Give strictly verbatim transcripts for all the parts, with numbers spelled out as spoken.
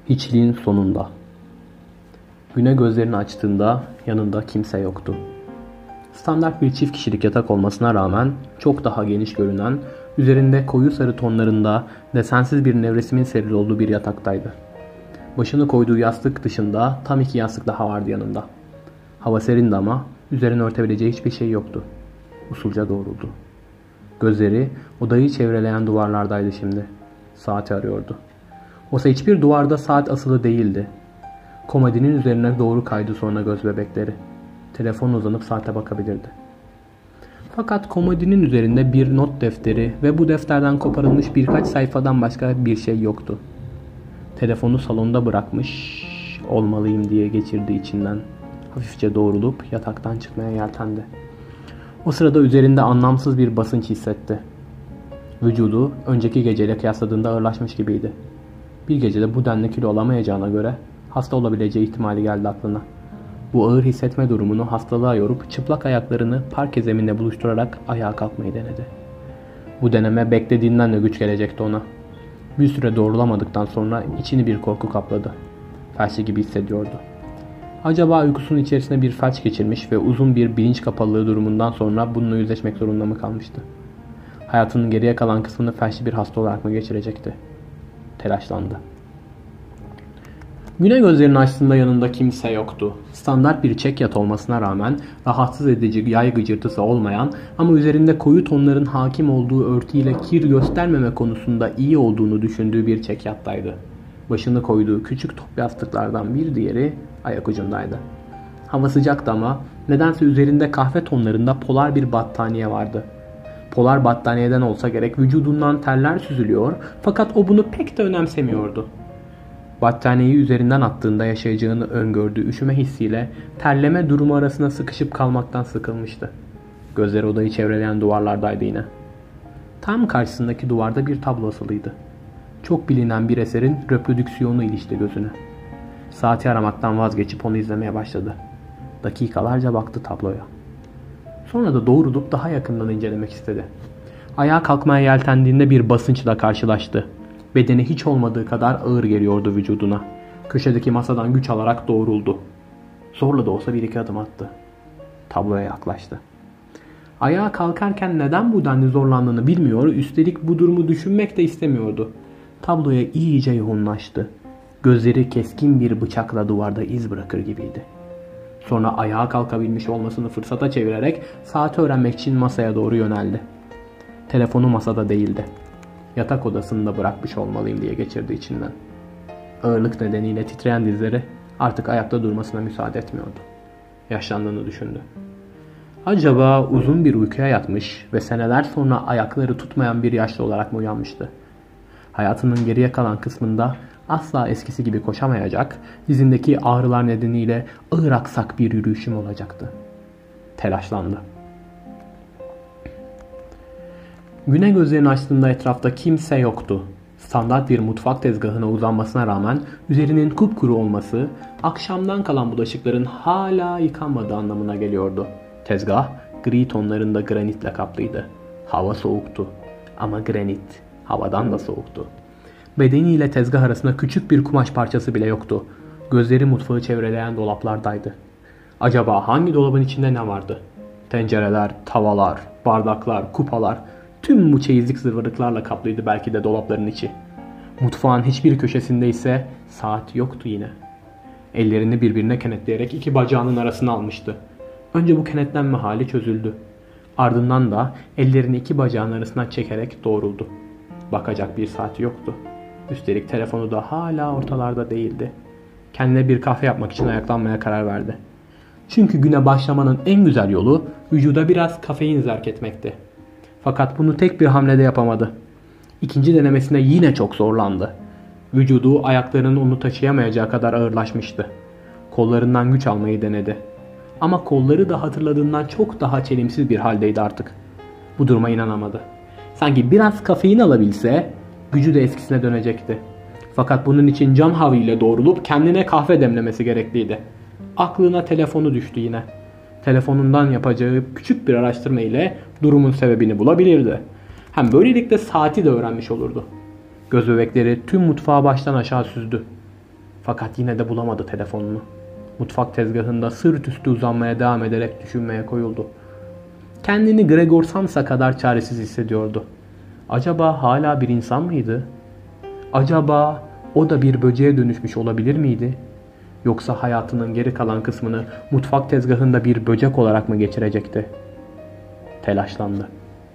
Hiçliğin sonunda. Güne gözlerini açtığında yanında kimse yoktu. Standart bir çift kişilik yatak olmasına rağmen çok daha geniş görünen, üzerinde koyu sarı tonlarında desensiz bir nevresimin serili olduğu bir yataktaydı. Başını koyduğu yastık dışında tam iki yastık daha vardı yanında. Hava serindi ama üzerine örtebileceği hiçbir şey yoktu. Usulca doğruldu. Gözleri odayı çevreleyen duvarlardaydı şimdi. Saati arıyordu. Oysa hiçbir duvarda saat asılı değildi. Komodinin üzerine doğru kaydı sonra göz bebekleri. Telefon uzanıp saate bakabilirdi. Fakat komodinin üzerinde bir not defteri ve bu defterden koparılmış birkaç sayfadan başka bir şey yoktu. Telefonu salonda bırakmış olmalıyım diye geçirdi içinden. Hafifçe doğrulup yataktan çıkmaya yeltendi. O sırada üzerinde anlamsız bir basınç hissetti. Vücudu önceki geceyle kıyasladığında ağırlaşmış gibiydi. Bir gecede bu denli kilo alamayacağına göre hasta olabileceği ihtimali geldi aklına. Bu ağır hissetme durumunu hastalığa yorup çıplak ayaklarını parke zeminle buluşturarak ayağa kalkmayı denedi. Bu deneme beklediğinden de güç gelecekti ona. Bir süre doğrulamadıktan sonra içini bir korku kapladı. Felçli gibi hissediyordu. Acaba uykusunun içerisinde bir felç geçirmiş ve uzun bir bilinç kapalılığı durumundan sonra bununla yüzleşmek zorunda mı kalmıştı? Hayatının geriye kalan kısmını felçli bir hasta olarak mı geçirecekti? Telaşlandı. Güne gözlerini açtığında yanında kimse yoktu. Standart bir çekyat olmasına rağmen rahatsız edici yay gıcırtısı olmayan ama üzerinde koyu tonların hakim olduğu örtüyle kir göstermeme konusunda iyi olduğunu düşündüğü bir çekyattaydı. Başını koyduğu küçük top yastıklardan bir diğeri ayak ucundaydı. Hava sıcaktı ama nedense üzerinde kahve tonlarında polar bir battaniye vardı. Polar battaniyeden olsa gerek vücudundan terler süzülüyor fakat o bunu pek de önemsemiyordu. Battaniyeyi üzerinden attığında yaşayacağını öngördüğü üşüme hissiyle terleme durumu arasında sıkışıp kalmaktan sıkılmıştı. Gözleri odayı çevreleyen duvarlardaydı yine. Tam karşısındaki duvarda bir tablo asılıydı. Çok bilinen bir eserin reprodüksiyonu ilişti gözüne. Saati aramaktan vazgeçip onu izlemeye başladı. Dakikalarca baktı tabloya. Sonra da doğrulup daha yakından incelemek istedi. Ayağa kalkmaya yeltendiğinde bir basınçla karşılaştı. Bedeni hiç olmadığı kadar ağır geliyordu vücuduna. Köşedeki masadan güç alarak doğruldu. Zorla da olsa bir iki adım attı. Tabloya yaklaştı. Ayağa kalkarken neden bu denli zorlandığını bilmiyor, üstelik bu durumu düşünmek de istemiyordu. Tabloya iyice yoğunlaştı. Gözleri keskin bir bıçakla duvarda iz bırakır gibiydi. Sonra ayağa kalkabilmiş olmasını fırsata çevirerek saati öğrenmek için masaya doğru yöneldi. Telefonu masada değildi. Yatak odasında bırakmış olmalıyım diye geçirdi içinden. Ağırlık nedeniyle titreyen dizleri artık ayakta durmasına müsaade etmiyordu. Yaşlandığını düşündü. Acaba uzun bir uykuya yatmış ve seneler sonra ayakları tutmayan bir yaşlı olarak mı uyanmıştı? Hayatının geriye kalan kısmında asla eskisi gibi koşamayacak, dizindeki ağrılar nedeniyle ağır aksak bir yürüyüşüm olacaktı. Telaşlandı. Güne gözlerini açtığında etrafta kimse yoktu. Standart bir mutfak tezgahına uzanmasına rağmen üzerinin kupkuru olması akşamdan kalan bulaşıkların hala yıkanmadığı anlamına geliyordu. Tezgah gri tonlarında granitle kaplıydı. Hava soğuktu ama granit havadan da soğuktu. Bedeniyle tezgah arasında küçük bir kumaş parçası bile yoktu. Gözleri mutfağı çevreleyen dolaplardaydı. Acaba hangi dolabın içinde ne vardı? Tencereler, tavalar, bardaklar, kupalar, tüm bu çeyizlik zırvarıklarla kaplıydı belki de dolapların içi. Mutfağın hiçbir köşesinde ise saat yoktu yine. Ellerini birbirine kenetleyerek iki bacağının arasına almıştı. Önce bu kenetlenme hali çözüldü. Ardından da ellerini iki bacağın arasına çekerek doğruldu. Bakacak bir saati yoktu. Üstelik telefonu da hala ortalarda değildi. Kendine bir kahve yapmak için ayaklanmaya karar verdi. Çünkü güne başlamanın en güzel yolu vücuda biraz kafein zerk etmekti. Fakat bunu tek bir hamlede yapamadı. İkinci denemesinde yine çok zorlandı. Vücudu ayaklarının onu taşıyamayacağı kadar ağırlaşmıştı. Kollarından güç almayı denedi. Ama kolları da hatırladığından çok daha çelimsiz bir haldeydi artık. Bu duruma inanamadı. Sanki biraz kafein alabilse gücü de eskisine dönecekti. Fakat bunun için cam havliyle doğrulup kendine kahve demlemesi gerekliydi. Aklına telefonu düştü yine. Telefonundan yapacağı küçük bir araştırma ile durumun sebebini bulabilirdi. Hem böylelikle saati de öğrenmiş olurdu. Göz bebekleri tüm mutfağı baştan aşağı süzdü. Fakat yine de bulamadı telefonunu. Mutfak tezgahında sırt üstü uzanmaya devam ederek düşünmeye koyuldu. Kendini Gregor Samsa kadar çaresiz hissediyordu. Acaba hala bir insan mıydı? Acaba o da bir böceğe dönüşmüş olabilir miydi? Yoksa hayatının geri kalan kısmını mutfak tezgahında bir böcek olarak mı geçirecekti? Telaşlandı.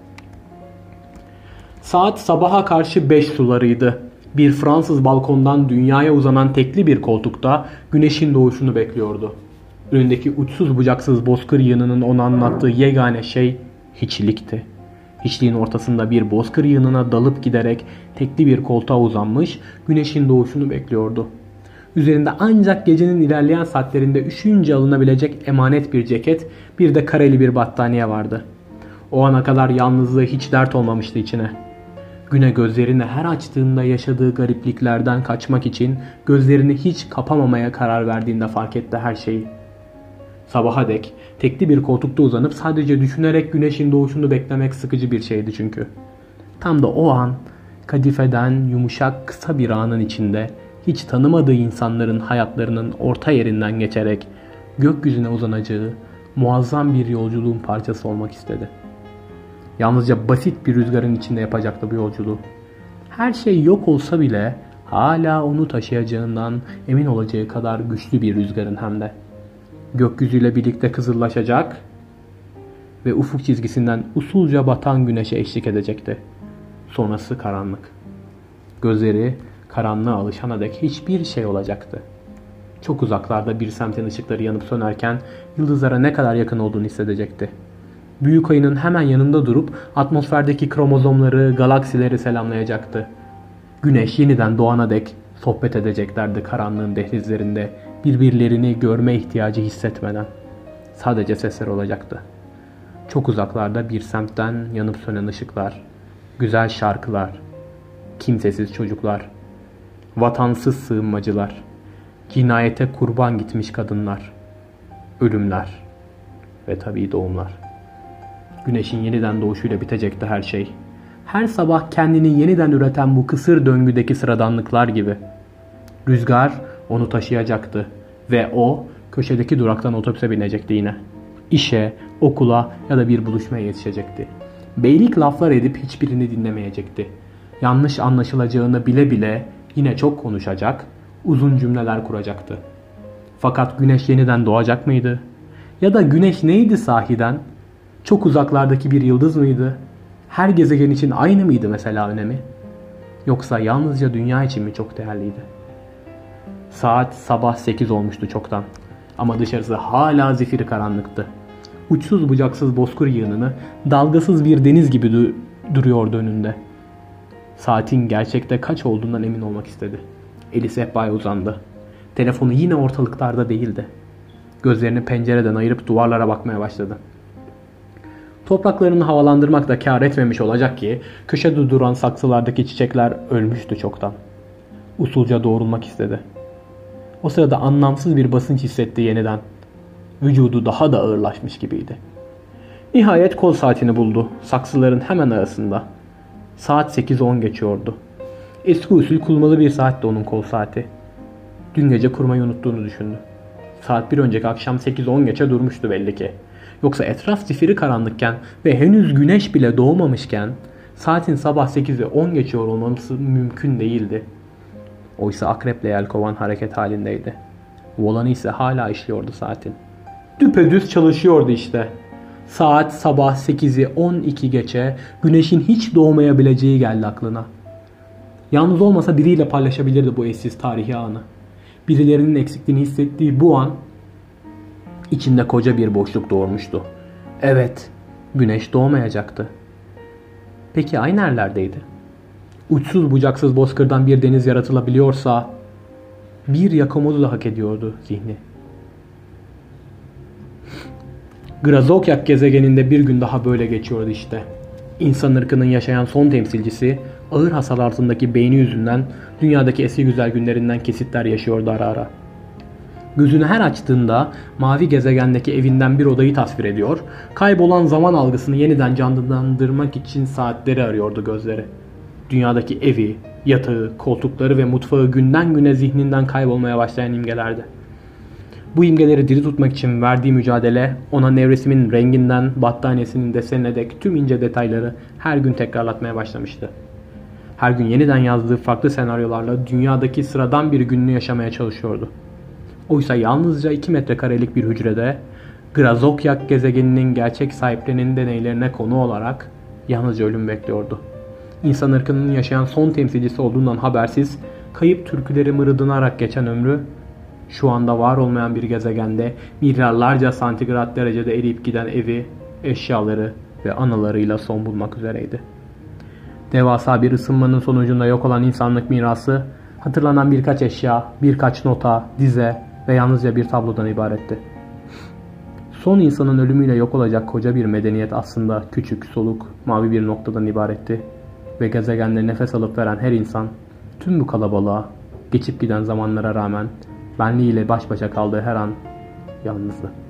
Saat sabaha karşı beş sularıydı. Bir Fransız balkondan dünyaya uzanan tekli bir koltukta güneşin doğuşunu bekliyordu. Önündeki uçsuz bucaksız bozkır yığınının ona anlattığı yegane şey hiçlikti. Hiçliğin ortasında bir bozkır yığınına dalıp giderek tekli bir koltuğa uzanmış, güneşin doğuşunu bekliyordu. Üzerinde ancak gecenin ilerleyen saatlerinde üşüyünce alınabilecek emanet bir ceket, bir de kareli bir battaniye vardı. O ana kadar yalnızlığı hiç dert olmamıştı içine. Güne gözlerini her açtığında yaşadığı garipliklerden kaçmak için gözlerini hiç kapamamaya karar verdiğinde fark etti her şeyi. Sabaha dek tekli bir koltukta uzanıp sadece düşünerek güneşin doğuşunu beklemek sıkıcı bir şeydi çünkü. Tam da o an kadifeden yumuşak kısa bir anın içinde hiç tanımadığı insanların hayatlarının orta yerinden geçerek gökyüzüne uzanacağı muazzam bir yolculuğun parçası olmak istedi. Yalnızca basit bir rüzgarın içinde yapacaktı bu yolculuğu. Her şey yok olsa bile hala onu taşıyacağından emin olacağı kadar güçlü bir rüzgarın hem de. Gökyüzüyle birlikte kızıllaşacak ve ufuk çizgisinden usulca batan güneşe eşlik edecekti. Sonrası karanlık. Gözleri karanlığa alışana dek hiçbir şey olacaktı. Çok uzaklarda bir semtin ışıkları yanıp sönerken yıldızlara ne kadar yakın olduğunu hissedecekti. Büyük ayının hemen yanında durup atmosferdeki kromozomları, galaksileri selamlayacaktı. Güneş yeniden doğana dek sohbet edeceklerdi karanlığın dehlizlerinde, birbirlerini görme ihtiyacı hissetmeden. Sadece sesler olacaktı. Çok uzaklarda bir semtten yanıp sönen ışıklar, güzel şarkılar, kimsesiz çocuklar, vatansız sığınmacılar, cinayete kurban gitmiş kadınlar, ölümler ve tabii doğumlar. Güneşin yeniden doğuşuyla bitecekti her şey. Her sabah kendini yeniden üreten bu kısır döngüdeki sıradanlıklar gibi. Rüzgar onu taşıyacaktı ve o köşedeki duraktan otobüse binecekti yine. İşe, okula ya da bir buluşmaya yetişecekti. Beylik laflar edip hiçbirini dinlemeyecekti. Yanlış anlaşılacağını bile bile yine çok konuşacak, uzun cümleler kuracaktı. Fakat güneş yeniden doğacak mıydı? Ya da güneş neydi sahiden? Çok uzaklardaki bir yıldız mıydı? Her gezegen için aynı mıydı mesela önemi? Yoksa yalnızca dünya için mi çok değerliydi? Saat sabah sekiz olmuştu çoktan. Ama dışarısı hala zifiri karanlıktı. Uçsuz bucaksız bozkır yığınını dalgasız bir deniz gibi du- duruyordu önünde. Saatin gerçekte kaç olduğundan emin olmak istedi. Eli sehpaya uzandı. Telefonu yine ortalıklarda değildi. Gözlerini pencereden ayırıp duvarlara bakmaya başladı. Topraklarını havalandırmak da kâr etmemiş olacak ki köşede duran saksılardaki çiçekler ölmüştü çoktan. Usulca doğrulmak istedi. O sırada anlamsız bir basınç hissetti yeniden. Vücudu daha da ağırlaşmış gibiydi. Nihayet kol saatini buldu. Saksıların hemen arasında. Saat sekiz on geçiyordu. Eski usul kurmalı bir saatti onun kol saati. Dün gece kurmayı unuttuğunu düşündü. Saat bir önceki akşam sekiz on geçe durmuştu belli ki. Yoksa etraf zifiri karanlıkken ve henüz güneş bile doğmamışken saatin sabah sekizi on geçiyor olması mümkün değildi. Oysa akreple yelkovan hareket halindeydi. Volanı ise hala işliyordu saatin. Düpedüz çalışıyordu işte. Saat sabah sekizi on iki geçe güneşin hiç doğmayabileceği geldi aklına. Yalnız olmasa biriyle paylaşabilirdi bu eşsiz tarihi anı. Birilerinin eksikliğini hissettiği bu an içinde koca bir boşluk doğurmuştu. Evet, güneş doğmayacaktı. Peki ay nerelerdeydi? Uçsuz bucaksız bozkırdan bir deniz yaratılabiliyorsa bir yakamozu da hak ediyordu zihni. Grazokyak gezegeninde bir gün daha böyle geçiyordu işte. İnsan ırkının yaşayan son temsilcisi ağır hasar altındaki beyni yüzünden dünyadaki eski güzel günlerinden kesitler yaşıyordu ara ara. Gözünü her açtığında mavi gezegendeki evinden bir odayı tasvir ediyor, kaybolan zaman algısını yeniden canlandırmak için saatleri arıyordu gözleri. Dünyadaki evi, yatağı, koltukları ve mutfağı günden güne zihninden kaybolmaya başlayan imgelerdi. Bu imgeleri diri tutmak için verdiği mücadele ona nevresimin renginden battaniyesinin desenine dek tüm ince detayları her gün tekrarlatmaya başlamıştı. Her gün yeniden yazdığı farklı senaryolarla dünyadaki sıradan bir gününü yaşamaya çalışıyordu. Oysa yalnızca iki metrekarelik bir hücrede Grazokyak gezegeninin gerçek sahiplerinin deneylerine konu olarak yalnızca ölüm bekliyordu. İnsan ırkının yaşayan son temsilcisi olduğundan habersiz, kayıp türküleri mırıldanarak geçen ömrü, şu anda var olmayan bir gezegende milyarlarca santigrat derecede eriyip giden evi, eşyaları ve anılarıyla son bulmak üzereydi. Devasa bir ısınmanın sonucunda yok olan insanlık mirası, hatırlanan birkaç eşya, birkaç nota, dize ve yalnızca bir tablodan ibaretti. Son insanın ölümüyle yok olacak koca bir medeniyet aslında küçük, soluk, mavi bir noktadan ibaretti. Ve gezegende nefes alıp veren her insan, tüm bu kalabalığa, geçip giden zamanlara rağmen benliğiyle baş başa kaldığı her an yalnızdı.